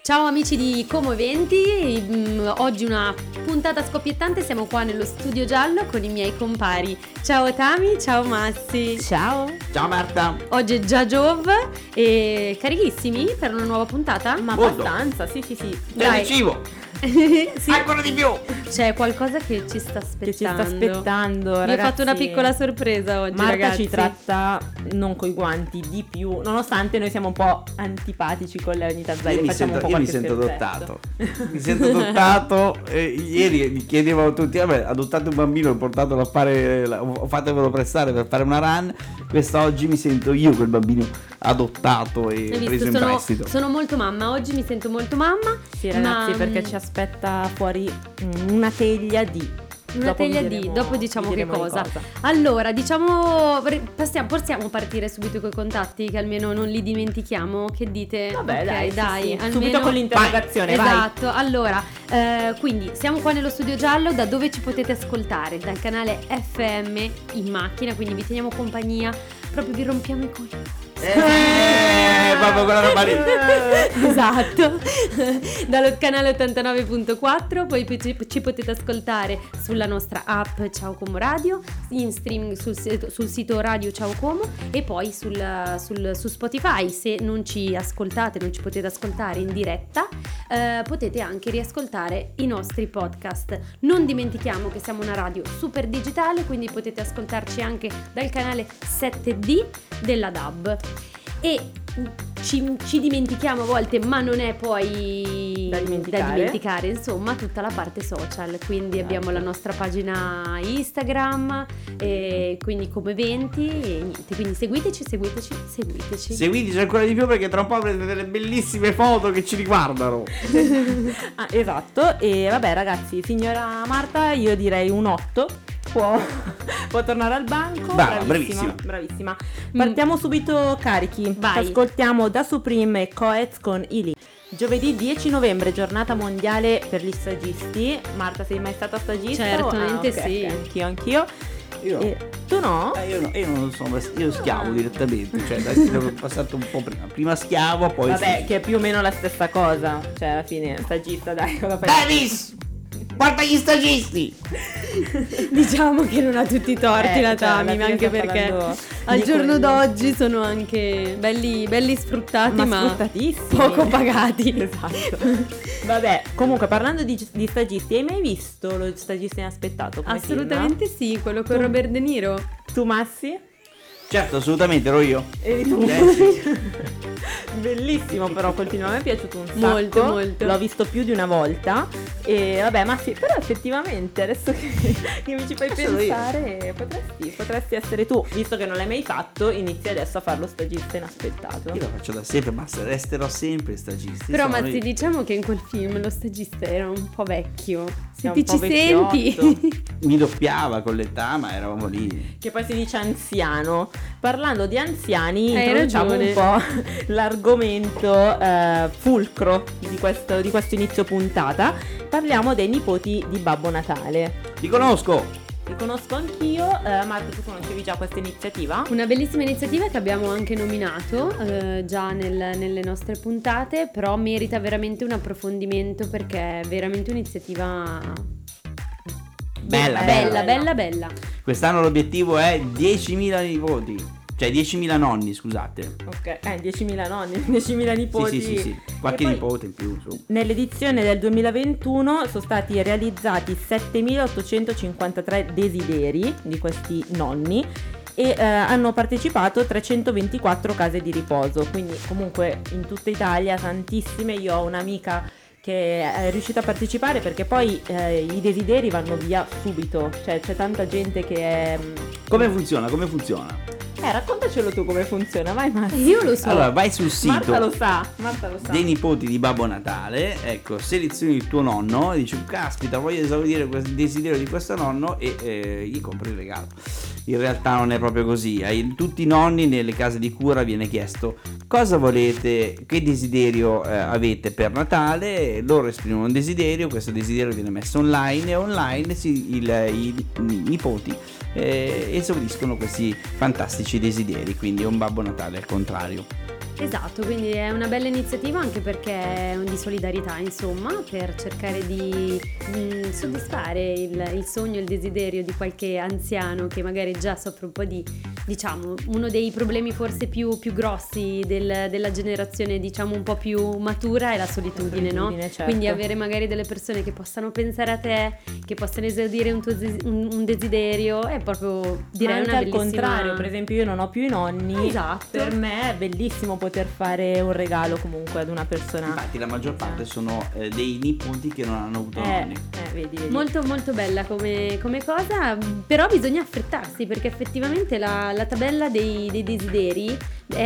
Ciao amici di Como Eventi, oggi una puntata scoppiettante, siamo qua nello studio giallo con i miei compari. Ciao Tami, ciao Massi. Ciao. Ciao Marta. Oggi è già Giove e carichissimi per una nuova puntata? Ma Molto. abbastanza, sì. C'è il cibo. Sì. Ancora di più. C'è qualcosa che ci sta aspettando. Che ci sta aspettando, Vi ho ragazzi. fatto una piccola sorpresa oggi, Marta ragazzi. ci tratta non coi guanti di più, nonostante noi siamo un po' antipatici con le ogni tanto. Io mi sento adottato. Mi sento adottato. Ieri mi chiedevano tutti: vabbè, adottate un bambino e portatelo a fare, o fatevelo prestare per fare una run. Quest'oggi mi sento io quel bambino adottato e Hai visto? preso in prestito. Sono molto mamma, oggi mi sento molto mamma. Sì, ragazzi, perché ci aspetta fuori una teglia di. Dopo diciamo che diremo cosa. Allora, diciamo, possiamo partire subito coi contatti, che almeno non li dimentichiamo. Che dite? Vabbè, Ok, dai, sì. almeno... Subito con l'interrogazione, vai. Esatto, allora, quindi siamo qua nello studio giallo, da dove ci potete ascoltare? Dal canale FM in macchina, quindi vi teniamo compagnia, proprio vi rompiamo i coglioni. Proprio quella roba lì. Esatto. Dallo canale 89.4, poi ci potete ascoltare sulla nostra app Ciao Como Radio, in streaming sul sito Radio Ciao Como e poi su Spotify. Se non ci ascoltate, non ci potete ascoltare in diretta, potete anche riascoltare i nostri podcast. Non dimentichiamo che siamo una radio super digitale, quindi potete ascoltarci anche dal canale 7D della DAB. E ci dimentichiamo a volte, ma non è poi da dimenticare, insomma, tutta la parte social. Quindi abbiamo la nostra pagina Instagram, e quindi Como Eventi e niente, quindi seguiteci. Seguiteci ancora di più, perché tra un po' avrete delle bellissime foto che ci riguardano. Esatto. E vabbè, ragazzi, signora Marta, io direi un 8. Può tornare al banco. Brava, bravissima. Partiamo subito carichi. Vai. Ascoltiamo Da Supreme e Coez con Ili. Giovedì 10 novembre, giornata mondiale per gli stagisti. Marta, sei mai stata stagista? Certamente sì. Okay, anch'io. Io Tu no? Io non sono, io schiavo direttamente, cioè dai, sono passato un po' prima schiavo, poi Vabbè, che è più o meno la stessa cosa. Cioè, alla fine, stagista, dai, cosa fai? Davis! Guarda gli stagisti! Diciamo che non ha tutti i torti la Tami, alla fine anche sta perché parlando al di giorno quelli. d'oggi sono anche belli sfruttati, ma sfruttatissimi. poco pagati. Esatto. Vabbè, comunque, parlando di stagisti, hai mai visto Lo stagista inaspettato? Come Assolutamente sì, quello con Tu- Robert De Niro. film? Tu, Massi? Certo, assolutamente, ero io. Eri tu? Sì. Bellissimo, però quel film a me è piaciuto un sacco. Molto. L'ho visto più di una volta. E vabbè, ma sì, però effettivamente adesso che mi ci fai Sono io. pensare, potresti essere tu, visto che non l'hai mai fatto, inizi adesso a fare lo stagista inaspettato. Io lo faccio da sempre, ma resterò sempre stagisti. Però sono Mazzi, io. diciamo che in quel film lo stagista era un po' vecchio. Se È ti un po' ci vecchiotto. senti. Mi doppiava con l'età, ma eravamo lì. Che poi si dice anziano. Parlando di anziani, Hai introduciamo ragione. un po' l'argomento fulcro di questo inizio puntata. Parliamo dei nipoti di Babbo Natale. Li conosco! Li conosco anch'io. Marco, tu conoscevi già questa iniziativa? Una bellissima iniziativa che abbiamo anche nominato già nelle nostre puntate, però merita veramente un approfondimento perché è veramente un'iniziativa bella. Quest'anno l'obiettivo è 10.000 nipoti. Cioè 10.000 nonni, scusate. Ok, 10.000 nonni, 10.000 nipoti. Sì. Qualche E poi, nipote in più, su. nell'edizione del 2021 sono stati realizzati 7.853 desideri di questi nonni e hanno partecipato 324 case di riposo, quindi comunque in tutta Italia tantissime. Io ho un'amica che è riuscita a partecipare perché poi i desideri vanno via subito, cioè c'è tanta gente che è... Come funziona? Raccontacelo tu come funziona, vai Marta. Io lo so. Allora, vai sul sito Marta lo sa. dei nipoti di Babbo Natale, ecco, selezioni il tuo nonno e dici: caspita, voglio esaudire il desiderio di questo nonno, e gli compri il regalo. In realtà non è proprio così. Ai tutti i nonni nelle case di cura viene chiesto cosa volete, che desiderio avete per Natale. Loro esprimono un desiderio, questo desiderio viene messo online, e online i nipoti esaudiscono questi fantastici desideri. Quindi è un Babbo Natale al contrario. Esatto, quindi è una bella iniziativa anche perché è di solidarietà, insomma, per cercare di soddisfare il sogno, il desiderio di qualche anziano che magari già soffre un po' di, diciamo, uno dei problemi forse più grossi della generazione, diciamo, un po' più matura è la solitudine, no? Certo. Quindi avere magari delle persone che possano pensare a te, che possano esaudire un desiderio è proprio, direi, Ma anche una al bellissima... contrario, per esempio io non ho più i nonni, Esatto. per me è bellissimo poter fare un regalo comunque ad una persona. Infatti la maggior parte sono dei nipoti che non hanno avuto nonni. Vedi. Molto molto bella come cosa, però bisogna affrettarsi perché effettivamente la tabella dei desideri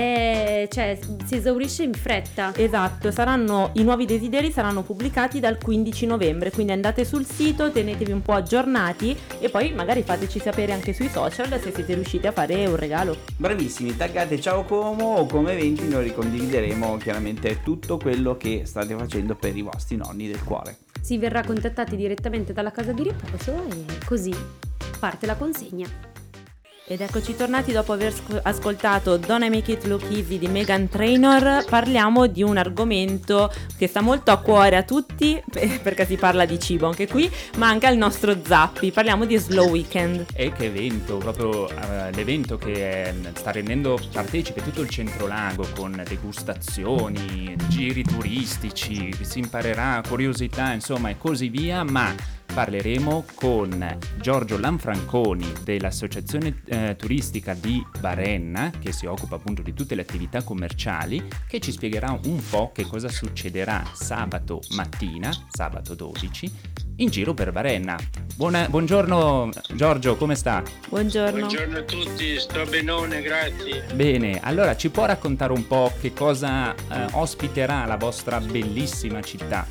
cioè, si esaurisce in fretta. Esatto, i nuovi desideri saranno pubblicati dal 15 novembre, quindi andate sul sito, tenetevi un po' aggiornati e poi magari fateci sapere anche sui social se siete riusciti a fare un regalo. Bravissimi, taggate Ciao Como o Come Eventi, noi ricondivideremo chiaramente tutto quello che state facendo per i vostri nonni del cuore. Si verrà contattati direttamente dalla casa di riposo e così parte la consegna. Ed eccoci tornati dopo aver ascoltato Don't I Make It Look Easy di Meghan Trainor. Parliamo di un argomento che sta molto a cuore a tutti perché si parla di cibo anche qui, ma anche al nostro Zappi. Parliamo di Slow Weekend. E che evento, proprio l'evento che sta rendendo partecipe tutto il centrolago con degustazioni, giri turistici, si imparerà, curiosità, insomma, e così via, ma parleremo con Giorgio Lanfranconi dell'associazione turistica di Varenna, che si occupa appunto di tutte le attività commerciali, che ci spiegherà un po' che cosa succederà sabato mattina, sabato 12, in giro per Varenna. Buongiorno Giorgio, come sta? Buongiorno. Buongiorno a tutti, sto benone, grazie. Bene, allora ci può raccontare un po' che cosa ospiterà la vostra bellissima città?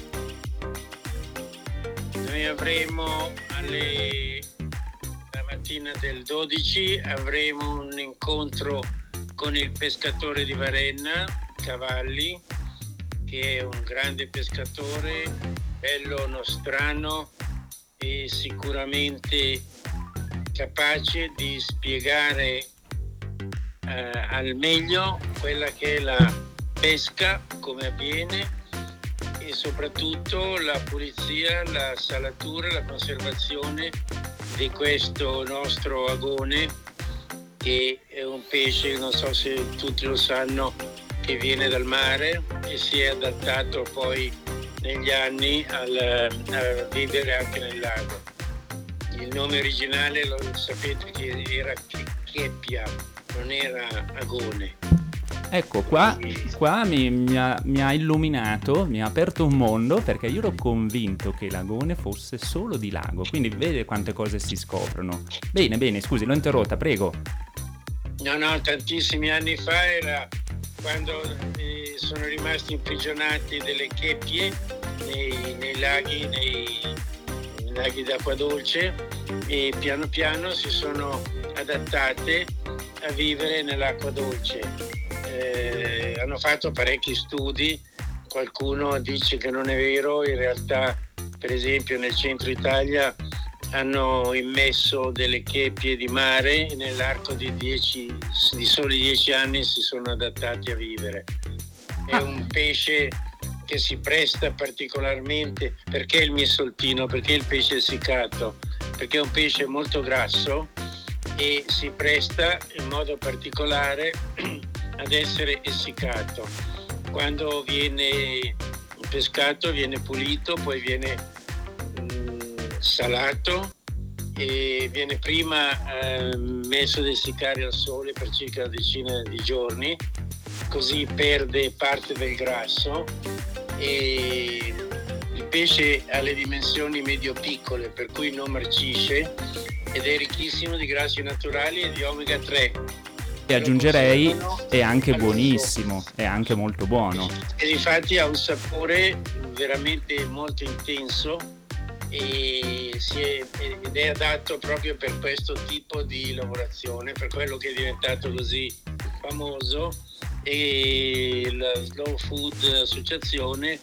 Noi avremo la mattina del 12 avremo un incontro con il pescatore di Varenna, Cavalli, che è un grande pescatore, bello nostrano e sicuramente capace di spiegare al meglio quella che è la pesca, come avviene, e soprattutto la pulizia, la salatura, la conservazione di questo nostro agone, che è un pesce, non so se tutti lo sanno, che viene dal mare e si è adattato poi negli anni a vivere anche nel lago. Il nome originale lo sapete che era cheppia, non era agone. Ecco, qua mi ha illuminato, mi ha aperto un mondo, perché io ero convinto che l'agone fosse solo di lago, quindi vede quante cose si scoprono. Bene, scusi, l'ho interrotta, prego. No, tantissimi anni fa era quando sono rimasti imprigionati delle cheppie nei laghi d'acqua dolce, e piano piano si sono adattate a vivere nell'acqua dolce. Hanno fatto parecchi studi, qualcuno dice che non è vero, in realtà per esempio nel centro Italia hanno immesso delle cheppie di mare e nell'arco di soli 10 anni si sono adattati a vivere. È un pesce che si presta particolarmente, perché il missoltino, perché il pesce essiccato, perché è un pesce molto grasso e si presta in modo particolare ad essere essiccato. Quando viene pescato viene pulito, poi viene salato e viene prima messo ad essiccare al sole per circa una decina di giorni, così perde parte del grasso, e il pesce ha le dimensioni medio-piccole, per cui non marcisce ed è ricchissimo di grassi naturali e di omega 3. E aggiungerei, è anche buonissimo, è anche molto buono. E difatti ha un sapore veramente molto intenso ed è adatto proprio per questo tipo di lavorazione, per quello che è diventato così famoso, e la Slow Food Associazione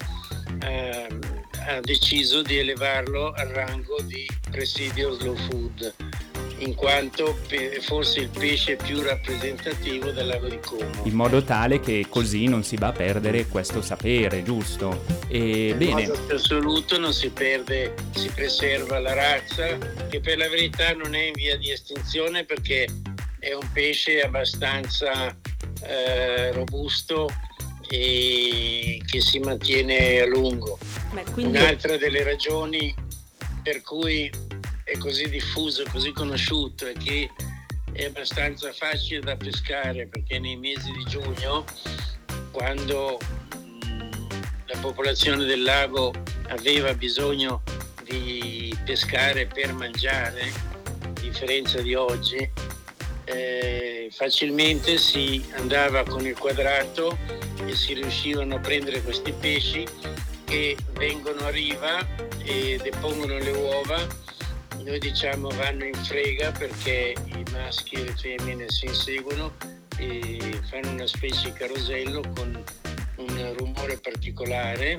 ha deciso di elevarlo al rango di presidio Slow Food. in quanto forse il pesce più rappresentativo del lago di Como. In modo tale che così non si va a perdere questo sapere, giusto? E bene. In modo assoluto non si perde, si preserva la razza, che per la verità non è in via di estinzione, perché è un pesce abbastanza robusto e che si mantiene a lungo. Quindi... Un'altra delle ragioni per cui è così diffuso, così conosciuto, è che è abbastanza facile da pescare, perché nei mesi di giugno, quando la popolazione del lago aveva bisogno di pescare per mangiare, a differenza di oggi, facilmente si andava con il quadrato e si riuscivano a prendere questi pesci che vengono a riva e depongono le uova. Noi diciamo vanno in frega, perché i maschi e le femmine si inseguono e fanno una specie di carosello con un rumore particolare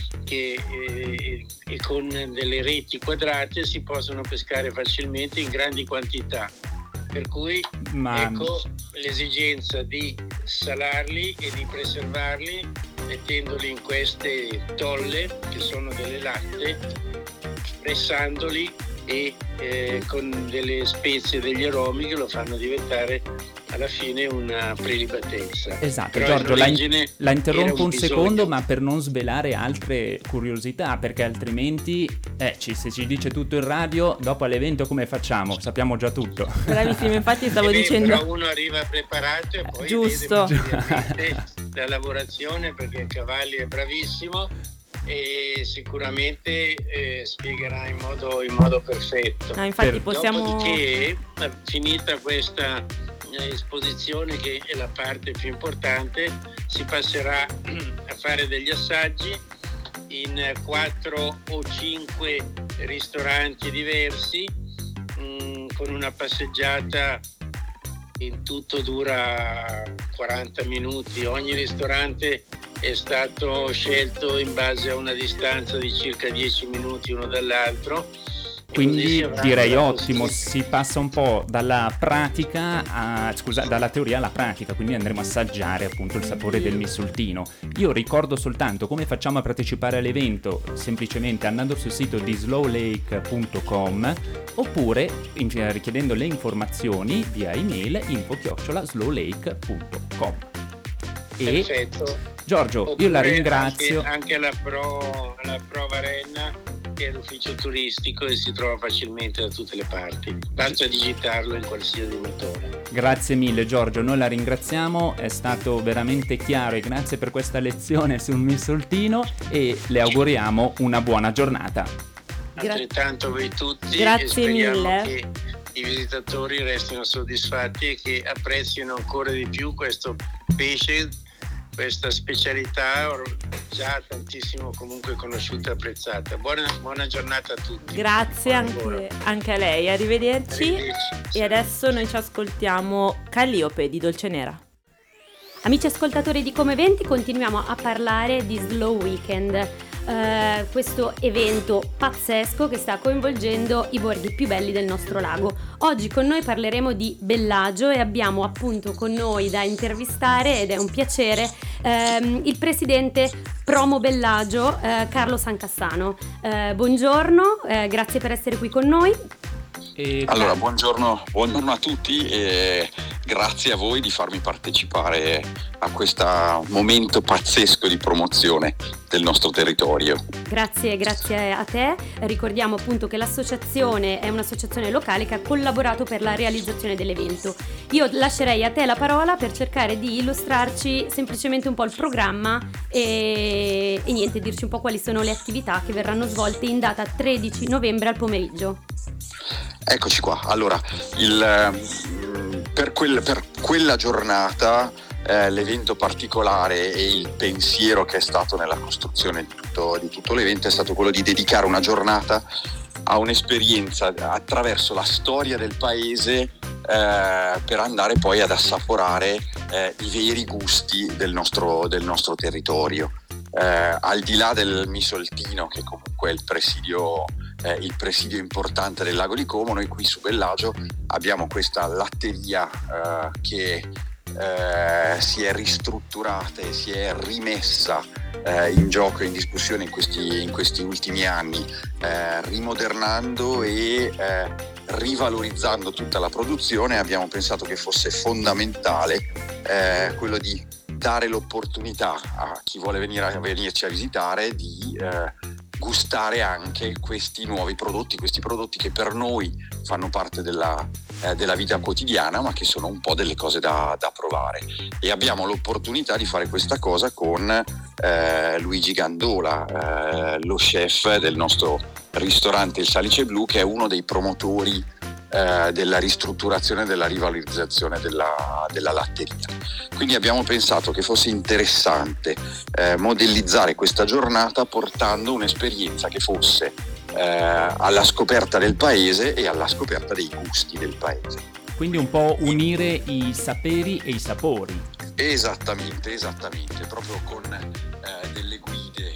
e con delle reti quadrate si possono pescare facilmente in grandi quantità. Per cui ecco l'esigenza di salarli e di preservarli mettendoli in queste tolle, che sono delle latte, pressandoli e con delle spezie e degli aromi che lo fanno diventare alla fine una prelibatezza. Esatto. Però Giorgio, la interrompo un bisogno. secondo, ma per non svelare altre curiosità, perché altrimenti se ci dice tutto in radio, dopo all'evento come facciamo? Sappiamo già tutto. Bravissimo, infatti stavo dicendo... Però uno arriva preparato e poi giusto. vede la lavorazione, perché il Cavalli è bravissimo e sicuramente spiegherà in modo perfetto. Infatti possiamo... Dopodiché, finita questa esposizione, che è la parte più importante, si passerà a fare degli assaggi in 4 o 5 ristoranti diversi, con una passeggiata. In tutto dura 40 minuti. Ogni ristorante è stato scelto in base a una distanza di circa 10 minuti uno dall'altro. Quindi direi ottimo, si passa un po' dalla teoria alla pratica, quindi andremo a assaggiare appunto il sapore del missultino. Io ricordo soltanto come facciamo a partecipare all'evento, semplicemente andando sul sito di slowlake.com oppure richiedendo le informazioni via email info@slowlake.com. Perfetto. Giorgio, io la ringrazio. Anche la Pro Varenna, che è l'ufficio turistico e si trova facilmente da tutte le parti, basta digitarlo in qualsiasi motore. Grazie mille Giorgio, noi la ringraziamo, è stato veramente chiaro e grazie per questa lezione sul missultino e le auguriamo una buona giornata. Altrettanto voi tutti. Grazie e speriamo mille. che i visitatori restino soddisfatti e che apprezzino ancora di più questo pesce, questa specialità già tantissimo comunque conosciuta e apprezzata. Buona giornata a tutti. Grazie anche a lei, arrivederci. E adesso noi ci ascoltiamo Calliope di Dolce Nera. Amici ascoltatori di Come Eventi, continuiamo a parlare di Slow Weekend, questo evento pazzesco che sta coinvolgendo i borghi più belli del nostro lago. Oggi con noi parleremo di Bellagio e abbiamo appunto con noi da intervistare, ed è un piacere, il presidente Promo Bellagio, Carlo Sancassano. Buongiorno, grazie per essere qui con noi. Allora, buongiorno a tutti e grazie a voi di farmi partecipare a questo momento pazzesco di promozione del nostro territorio. Grazie a te. Ricordiamo appunto che l'associazione è un'associazione locale che ha collaborato per la realizzazione dell'evento. Io lascerei a te la parola per cercare di illustrarci semplicemente un po' il programma e niente, dirci un po' quali sono le attività che verranno svolte in data 13 novembre al pomeriggio. Eccoci qua. Allora, per quella giornata l'evento particolare e il pensiero che è stato nella costruzione di tutto l'evento è stato quello di dedicare una giornata a un'esperienza attraverso la storia del paese, per andare poi ad assaporare i veri gusti del nostro territorio. al di là del Misoltino, che comunque è il presidio importante del lago di Como, noi qui su Bellagio abbiamo questa latteria che si è ristrutturata e si è rimessa in gioco e in discussione in questi ultimi anni, rimodernando e rivalorizzando tutta la produzione. Abbiamo pensato che fosse fondamentale quello di dare l'opportunità a chi vuole venirci a visitare di gustare anche questi nuovi prodotti, questi prodotti che per noi fanno parte della vita quotidiana, ma che sono un po' delle cose da provare. E abbiamo l'opportunità di fare questa cosa con Luigi Gandola, lo chef del nostro ristorante Il Salice Blu, che è uno dei promotori della ristrutturazione e della rivalorizzazione della latteria. Quindi abbiamo pensato che fosse interessante modellizzare questa giornata portando un'esperienza che fosse alla scoperta del paese e alla scoperta dei gusti del paese. Quindi un po' unire i saperi e i sapori. Esattamente, proprio con delle guide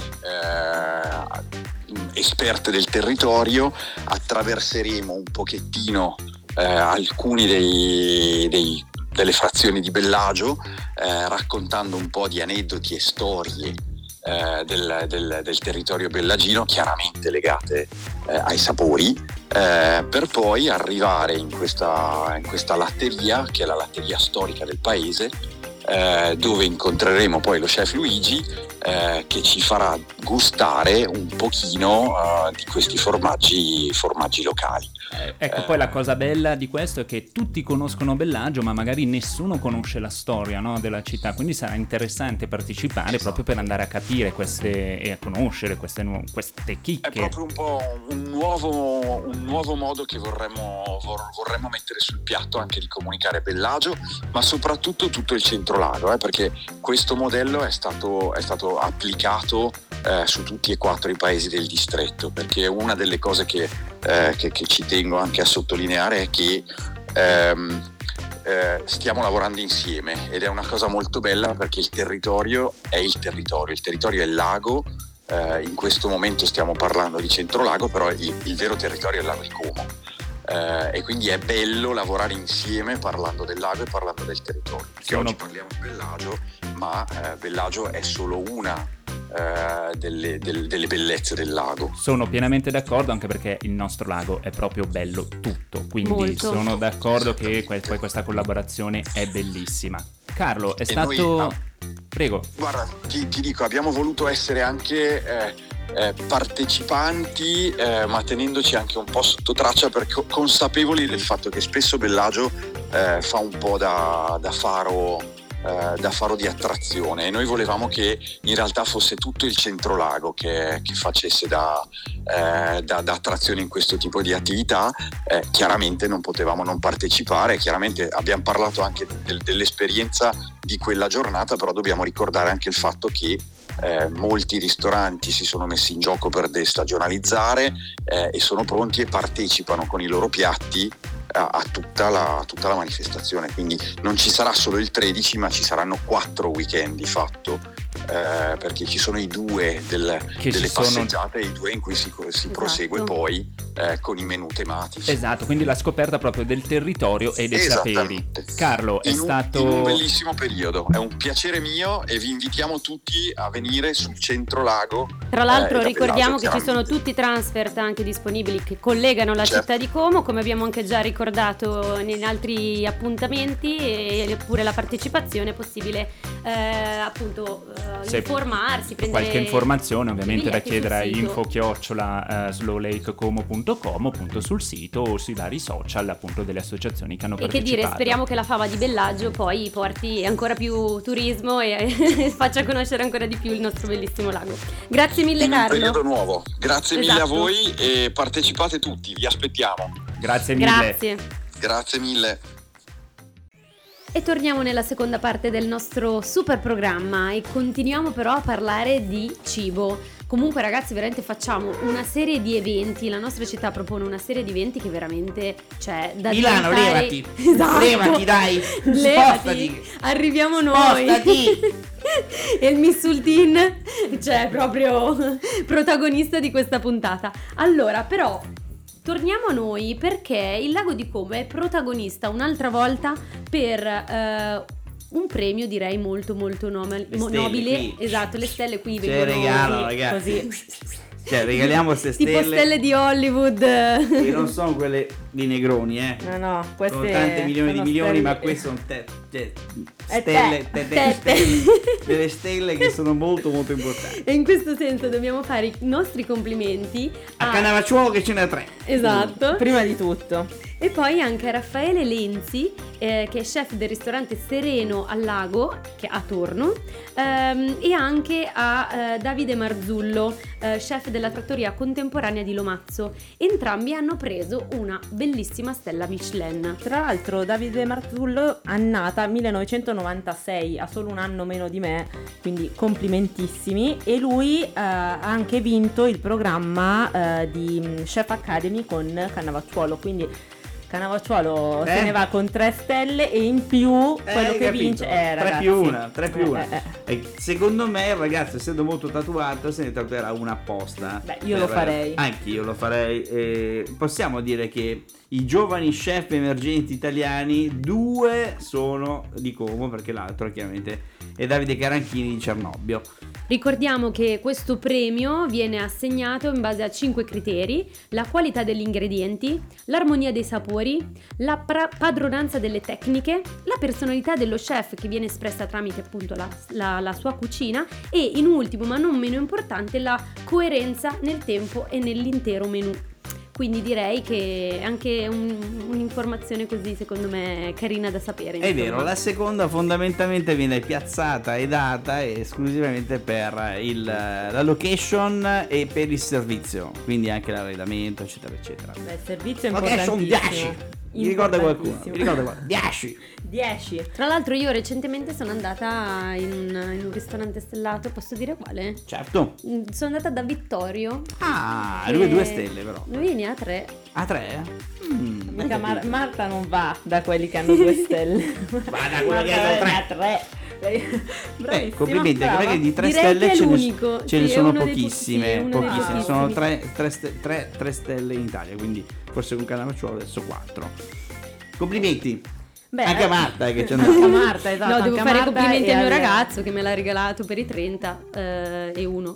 esperte del territorio. Attraverseremo un pochettino alcuni delle frazioni di Bellagio, raccontando un po' di aneddoti e storie del territorio bellagino, chiaramente legate ai sapori, per poi arrivare in questa latteria, che è la latteria storica del paese, dove incontreremo poi lo chef Luigi, che ci farà gustare un pochino di questi formaggi locali. Ecco, poi la cosa bella di questo è che tutti conoscono Bellagio, ma magari nessuno conosce la storia, no, della città, quindi sarà interessante partecipare proprio per andare a capire e a conoscere queste chicche. È proprio un po' un nuovo modo che vorremmo mettere sul piatto, anche di comunicare Bellagio, ma soprattutto tutto il centrolago, perché questo modello è stato applicato su tutti e 4 i paesi del distretto, perché una delle cose che ci tengo anche a sottolineare è che stiamo lavorando insieme, ed è una cosa molto bella, perché il territorio è il territorio è il lago. In questo momento stiamo parlando di centrolago, però il vero territorio è il lago di Como, e quindi è bello lavorare insieme parlando del lago e parlando del territorio, perché oggi parliamo di Bellagio, ma Bellagio è solo una delle bellezze del lago. Sono pienamente d'accordo, anche perché il nostro lago è proprio bello tutto, quindi molto. Sono d'accordo che poi questa collaborazione è bellissima. Carlo, è stato... Prego. Guarda, ti dico, abbiamo voluto essere anche partecipanti, ma tenendoci anche un po' sotto traccia, perché consapevoli del fatto che spesso Bellagio fa un po' da faro di attrazione, e noi volevamo che in realtà fosse tutto il centrolago che facesse da attrazione in questo tipo di attività. Chiaramente non potevamo non partecipare, chiaramente abbiamo parlato anche dell'esperienza di quella giornata, però dobbiamo ricordare anche il fatto che molti ristoranti si sono messi in gioco per destagionalizzare e sono pronti e partecipano con i loro piatti a tutta la manifestazione, quindi non ci sarà solo il 13, ma ci saranno 4 weekend di fatto, perché ci sono i 2 delle passeggiate e i 2 in cui si prosegue poi con i menù tematici. Esatto, quindi la scoperta proprio del territorio e dei saperi. Carlo, è stato in un bellissimo periodo, è un piacere mio, e vi invitiamo tutti a venire sul centrolago. Tra l'altro ricordiamo Bellagio, che ci sono tutti i transfert anche disponibili che collegano la Certo. città di Como, come abbiamo anche già ricordato in altri appuntamenti, e pure la partecipazione è possibile informarsi, prendere qualche informazione ovviamente da biglietti chiedere a sul sito. info@slowlakecomo.com, appunto sul sito, o sui vari social appunto delle associazioni che hanno E che partecipato. dire, speriamo che la fava di Bellagio poi porti ancora più turismo e faccia conoscere ancora di più il nostro bellissimo lago. Grazie mille In un Carlo. periodo nuovo. Grazie mille Esatto. a voi, e partecipate tutti, vi aspettiamo. Grazie mille. Grazie. Grazie mille. E torniamo nella seconda parte del nostro super programma, e continuiamo però a parlare di cibo. Comunque ragazzi, veramente facciamo una serie di eventi, la nostra città propone una serie di eventi che veramente, cioè, da Milano, diventare... levati. Esatto. Levati, dai. Levati. Spostati. Arriviamo noi. Spostati. E il Miss Sultin, cioè, proprio protagonista di questa puntata. Allora, però, torniamo a noi, perché il Lago di Como è protagonista un'altra volta per un premio, direi molto molto nobile. qui. Esatto, le stelle qui Ce vengono regalo, così, ragazzi. così. Cioè, regaliamo queste Tipo stelle di Hollywood. Che non sono quelle di Negroni, No, queste sono tante milioni di sono milioni, stelle- ma queste sono te. delle stelle che sono molto molto importanti. E in questo senso dobbiamo fare i nostri complimenti A Cannavacciuolo che ce n'è 3. Esatto. Prima di tutto. E poi anche a Raffaele Lenzi, che è chef del ristorante Sereno al Lago, che è a Torno, e anche a Davide Marzullo, chef della trattoria contemporanea di Lomazzo. Entrambi hanno preso una bellissima stella Michelin. Tra l'altro Davide Marzullo, annata 1996, ha solo un anno meno di me, quindi complimentissimi. E lui ha anche vinto il programma di Chef Academy con Cannavacciuolo, quindi Cannavacciuolo se ne va con 3 stelle e in più quello che vince è 3 ragazzi. più 1, 3 più 1. Eh. Secondo me il ragazzo, essendo molto tatuato, se ne tatuerà una apposta. Beh, io lo farei. Anch'io lo farei. Possiamo dire che i giovani chef emergenti italiani, 2 sono di Como, perché l'altro chiaramente è Davide Caranchini di Cernobbio. Ricordiamo che questo premio viene assegnato in base a 5 criteri: la qualità degli ingredienti, l'armonia dei sapori, la padronanza delle tecniche, la personalità dello chef che viene espressa tramite appunto la sua cucina e, in ultimo ma non meno importante, la coerenza nel tempo e nell'intero menù. Quindi direi che anche un'informazione così, secondo me, è carina da sapere. È insomma. vero, la seconda fondamentalmente viene piazzata e data esclusivamente per la location e per il servizio, quindi anche l'arredamento, eccetera, eccetera. Beh, il servizio è Location importantissimo. 10. Mi ricorda qualcuno? Mi ricorda qualcuno? 10. 10. Tra l'altro io recentemente sono andata in un ristorante stellato, posso dire quale? Certo. Sono andata da Vittorio. Ah, che- lui ha 2 stelle però. Lui ne ha 3. A 3? Mica Marta non va da quelli che hanno 2 stelle. Va da quello che hanno 3. Bravissima, Complimenti, anche brava. perché di 3 Direi stelle che è ce l'unico. ce ne Sì, è sono uno dei pochissime. sì, uno dei Pochissime. Sono pochissimi. 3 stelle in Italia, quindi forse con Cannavacciuolo adesso 4. Complimenti. Beh, Anche a Marta che c'è anche a Marta, esatto. No, devo anche a fare i Marta complimenti e al mio alle- ragazzo che me l'ha regalato per i 30 e 1.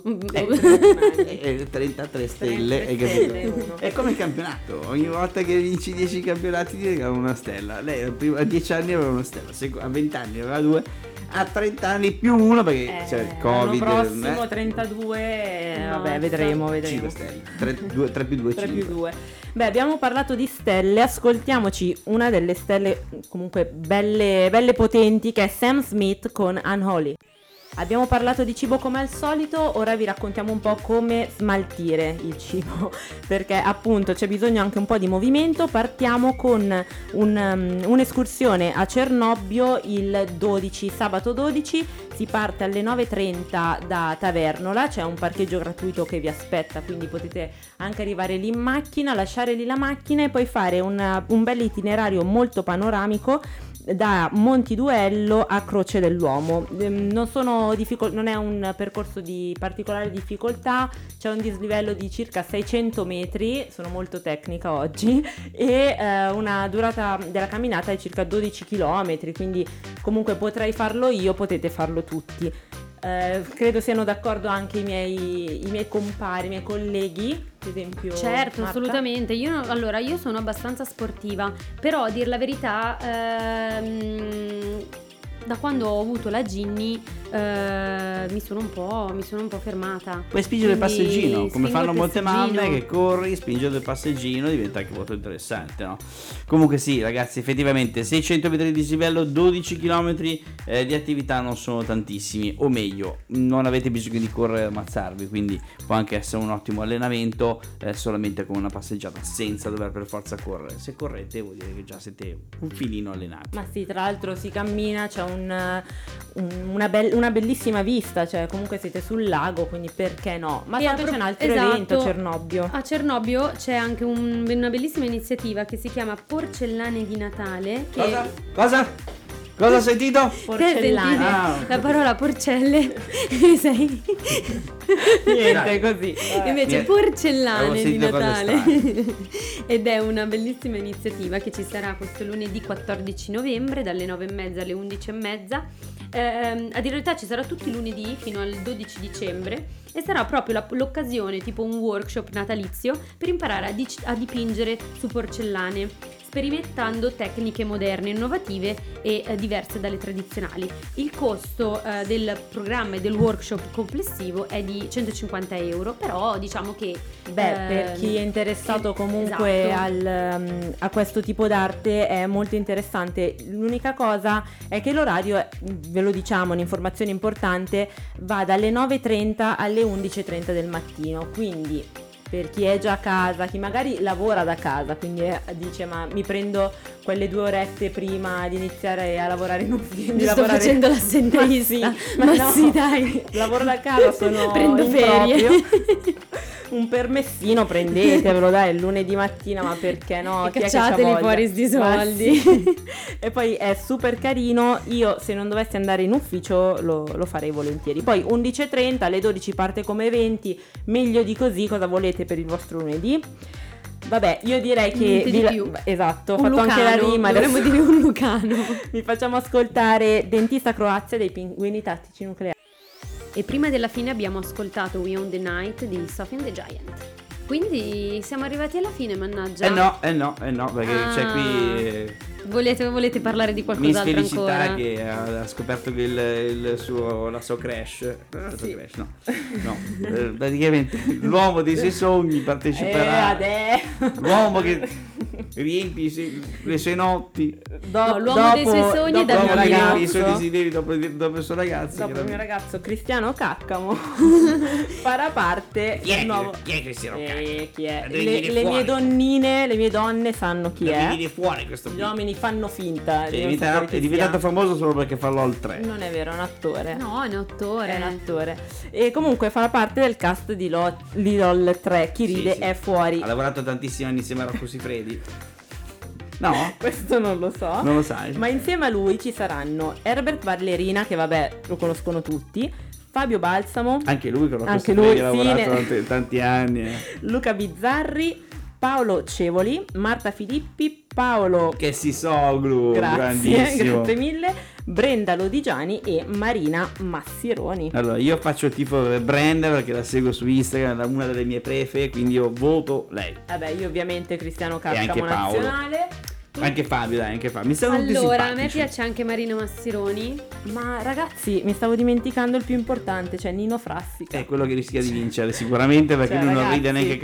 33 stelle, hai 33 capito? stelle, uno. È come il campionato, ogni volta che vinci 10 campionati ti regalano una stella. Lei prima a 10 anni aveva una stella, a 20 anni aveva 2, a 30 anni più 1 perché c'è il Covid. L'anno prossimo 32, vabbè, vedremo. 5 stelle, 3 più 2, 3 5. più 2. Beh, abbiamo parlato di stelle, ascoltiamoci una delle stelle comunque belle potenti, che è Sam Smith con Unholy. Abbiamo parlato di cibo come al solito, ora vi raccontiamo un po' come smaltire il cibo, perché appunto c'è bisogno anche un po' di movimento. Partiamo con un'escursione a Cernobbio il 12, sabato 12, si parte alle 9:30 da Tavernola, c'è un parcheggio gratuito che vi aspetta, quindi potete anche arrivare lì in macchina, lasciare lì la macchina e poi fare un bel itinerario molto panoramico da Montiduello a Croce dell'Uomo. Non è un percorso di particolare difficoltà, c'è un dislivello di circa 600 metri, sono molto tecnica oggi, e una durata della camminata è circa 12 km, quindi comunque potrei farlo io, potete farlo tutti. Credo siano d'accordo anche i miei compari, i miei colleghi, ad esempio. Certo, Marta. assolutamente. Io sono abbastanza sportiva, però a dir la verità, da quando ho avuto la Ginny mi sono un po' fermata. Puoi spingere il Quindi passeggino, come spingo fanno il molte passeggino. mamme, che corri, spingendo il passeggino, diventa anche molto interessante, no? Comunque sì, ragazzi, effettivamente 600 metri di dislivello, 12 km di attività non sono tantissimi, o meglio, non avete bisogno di correre e ammazzarvi, quindi può anche essere un ottimo allenamento solamente con una passeggiata, senza dover per forza correre. Se correte vuol dire che già siete un filino allenati. Ma sì, tra l'altro si cammina, c'è una bellissima vista, cioè comunque siete sul lago, quindi perché no? Ma E tanto c'è un altro esatto. evento a Cernobbio. A Cernobbio c'è anche una bellissima iniziativa che si chiama Porcellane di Natale. Che Cosa hai sentito? Te Porcellane. sentite Ah, la parola porcelle? Sei Niente, così. invece Niente. Porcellane Avevo di sentito cose Natale ed è una bellissima iniziativa che ci sarà questo lunedì 14 novembre dalle 9:30 alle 11:30. A dire la verità ci sarà tutti i lunedì fino al 12 dicembre e sarà proprio l'occasione, tipo un workshop natalizio per imparare a dipingere su porcellane, sperimentando tecniche moderne, innovative e diverse dalle tradizionali. Il costo del programma e del workshop complessivo è di 150 euro, però diciamo che Per chi è interessato comunque esatto. a questo tipo d'arte è molto interessante. L'unica cosa è che l'orario, ve lo diciamo, un'informazione importante, va dalle 9:30 alle 11:30 del mattino, quindi per chi è già a casa, chi magari lavora da casa, quindi dice ma mi prendo quelle 2 orette prima di iniziare a lavorare in ufficio. Mi sto facendo l'assenteista. Ma sì, dai. Lavoro da casa, sono Prendo in ferie. proprio. Un permessino prendetevelo, dai, il lunedì mattina, ma perché no? E Chi è che c'ha cacciateli voglia? fuori sti Ma soldi. sì. E poi è super carino, io se non dovessi andare in ufficio lo farei volentieri. Poi 11:30, alle 12 parte come eventi, meglio di così, cosa volete per il vostro lunedì? Vabbè, io direi che Niente di più. Esatto, ho Un fatto anche la lucano, rima, dovremmo adesso dire un lucano. vi facciamo ascoltare Dentista Croazia dei Pinguini Tattici Nucleari. E prima della fine abbiamo ascoltato We Own the Night di Sophie and the Giant. Quindi siamo arrivati alla fine, mannaggia. Eh no, perché c'è qui Volete parlare di Miss qualcos'altro Felicità ancora? che ha scoperto che la sua crash, praticamente l'uomo dei suoi sogni parteciperà, l'uomo che riempie le sue notti, l'uomo dei suoi sogni è l'uomo Davide che Mio. riempie i suoi desideri dopo il suo ragazzo. Dopo il mio ragazzo Cristiano Caccamo farà parte Chi è? del nuovo... Chi è Cristiano chi è? Devi venire Le fuori. mie donnine, le mie donne sanno chi Devi è. venire fuori questo Gli uomini fanno finta di È non sapere chi diventato sia. famoso solo perché fa LOL 3. Non è vero, è un attore. No, è un attore. È un attore. E comunque farà parte del cast di LOL 3. Chi Sì, ride sì. è fuori. Ha lavorato tantissimi anni insieme a Rocco Siffredi. No? Questo non lo so. Non lo sai? Ma insieme a lui ci saranno Herbert Ballerina, che vabbè lo conoscono tutti, Fabio Balsamo, Anche lui con Rocco Anche Siffredi lui, ha sì, lavorato tanti anni. Luca Bizzarri, Paolo Cevoli, Marta Filippi, Paolo Che si soglu, grazie, grandissimo. grazie mille, Brenda Lodigiani e Marina Massironi. Allora, io faccio il tifo per Brenda perché la seguo su Instagram, è una delle mie prefe, quindi io voto lei. Vabbè, io ovviamente Cristiano E anche Caccamo Paolo. nazionale. Anche Fabio, dai, anche Fabio. Mi stanno tutti Allora, a me simpatici. piace anche Marina Massironi. Ma ragazzi, mi stavo dimenticando il più importante, cioè Nino Frassica. È quello che rischia di vincere sicuramente perché Cioè, lui non ragazzi. ride neanche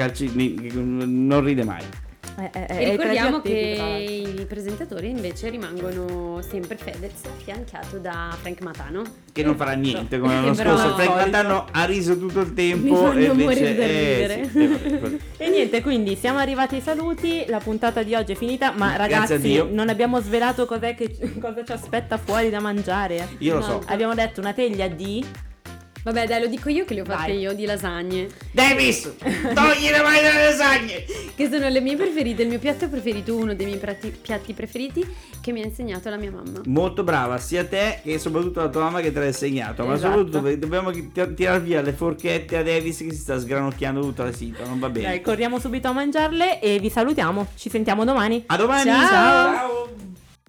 non ride mai. E ricordiamo che i presentatori invece rimangono sempre Fedez, affiancato da Frank Matano. Che non farà niente come l'anno Però- scorso. Frank Matano ha riso tutto il Mi tempo fanno e invece morire da ridere. sì. E niente, quindi siamo arrivati ai saluti, la puntata di oggi è finita, ma Grazie a ragazzi Dio. non abbiamo svelato cosa ci aspetta fuori da mangiare. Io lo No. so. Abbiamo detto una teglia di... Vabbè, dai, lo dico io che le ho fatte Vai. io di lasagne, Davis, togli le mani dalle lasagne. che sono le mie preferite, il mio piatto preferito, uno dei miei piatti preferiti che mi ha insegnato la mia mamma. Molto brava sia te che soprattutto la tua mamma che te l'ha insegnato. Ma Esatto. soprattutto dobbiamo tirare via le forchette a Davis che si sta sgranocchiando tutta la sita. Non va bene. Dai, corriamo subito a mangiarle e vi salutiamo. Ci sentiamo domani. A domani. Ciao. Ciao.